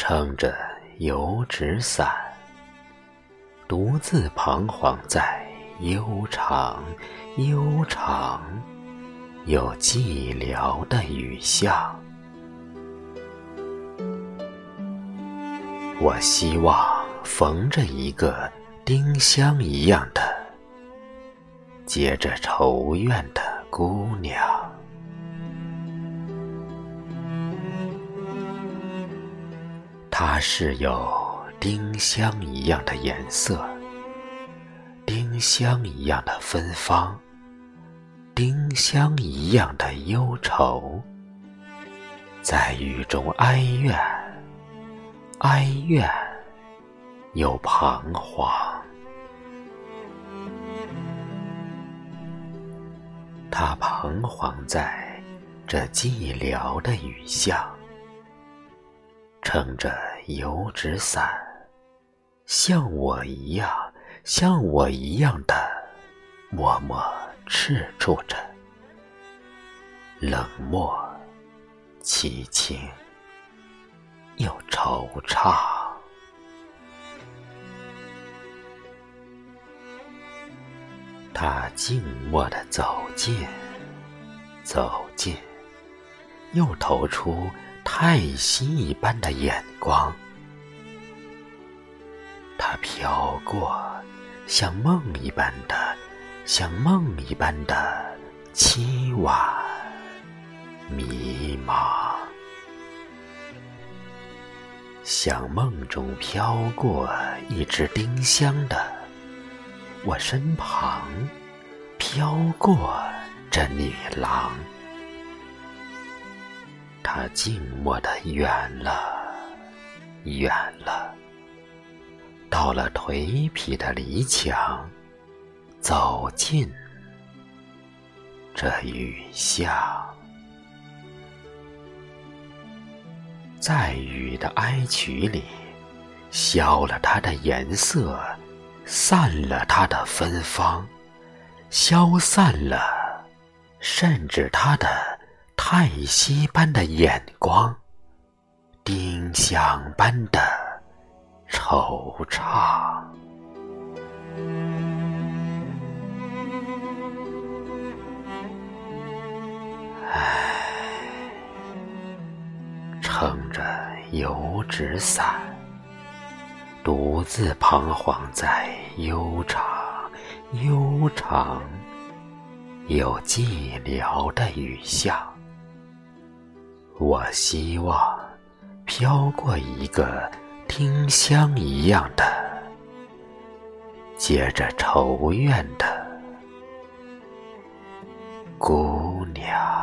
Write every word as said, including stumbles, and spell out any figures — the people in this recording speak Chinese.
撑着油纸伞，独自彷徨在悠长悠长又寂寥的雨巷。我希望缝着一个丁香一样的结着愁怨的姑娘，它是有丁香一样的颜色，丁香一样的芬芳，丁香一样的忧愁，在雨中哀怨，哀怨又彷徨。他彷徨在这寂寥的雨巷，撑着油纸伞，像我一样，像我一样的默默赤处着，冷漠、凄清又惆怅。他静默地走近，走近，又投出叹息一般的眼光。他飘过，像梦一般的，像梦一般的凄婉迷茫，像梦中飘过一只丁香的我身旁，飘过这女郎。她静默地远了，远了，到了颓圮的篱墙，走进这雨巷。在雨的哀曲里，消了它的颜色，散了它的芬芳，消散了甚至它的叹息般的眼光，丁香般的惆怅。唉，撑着油纸伞，独自彷徨在悠长悠长又寂寥的雨巷。我希望飘过一个丁香一样的结着愁怨的姑娘。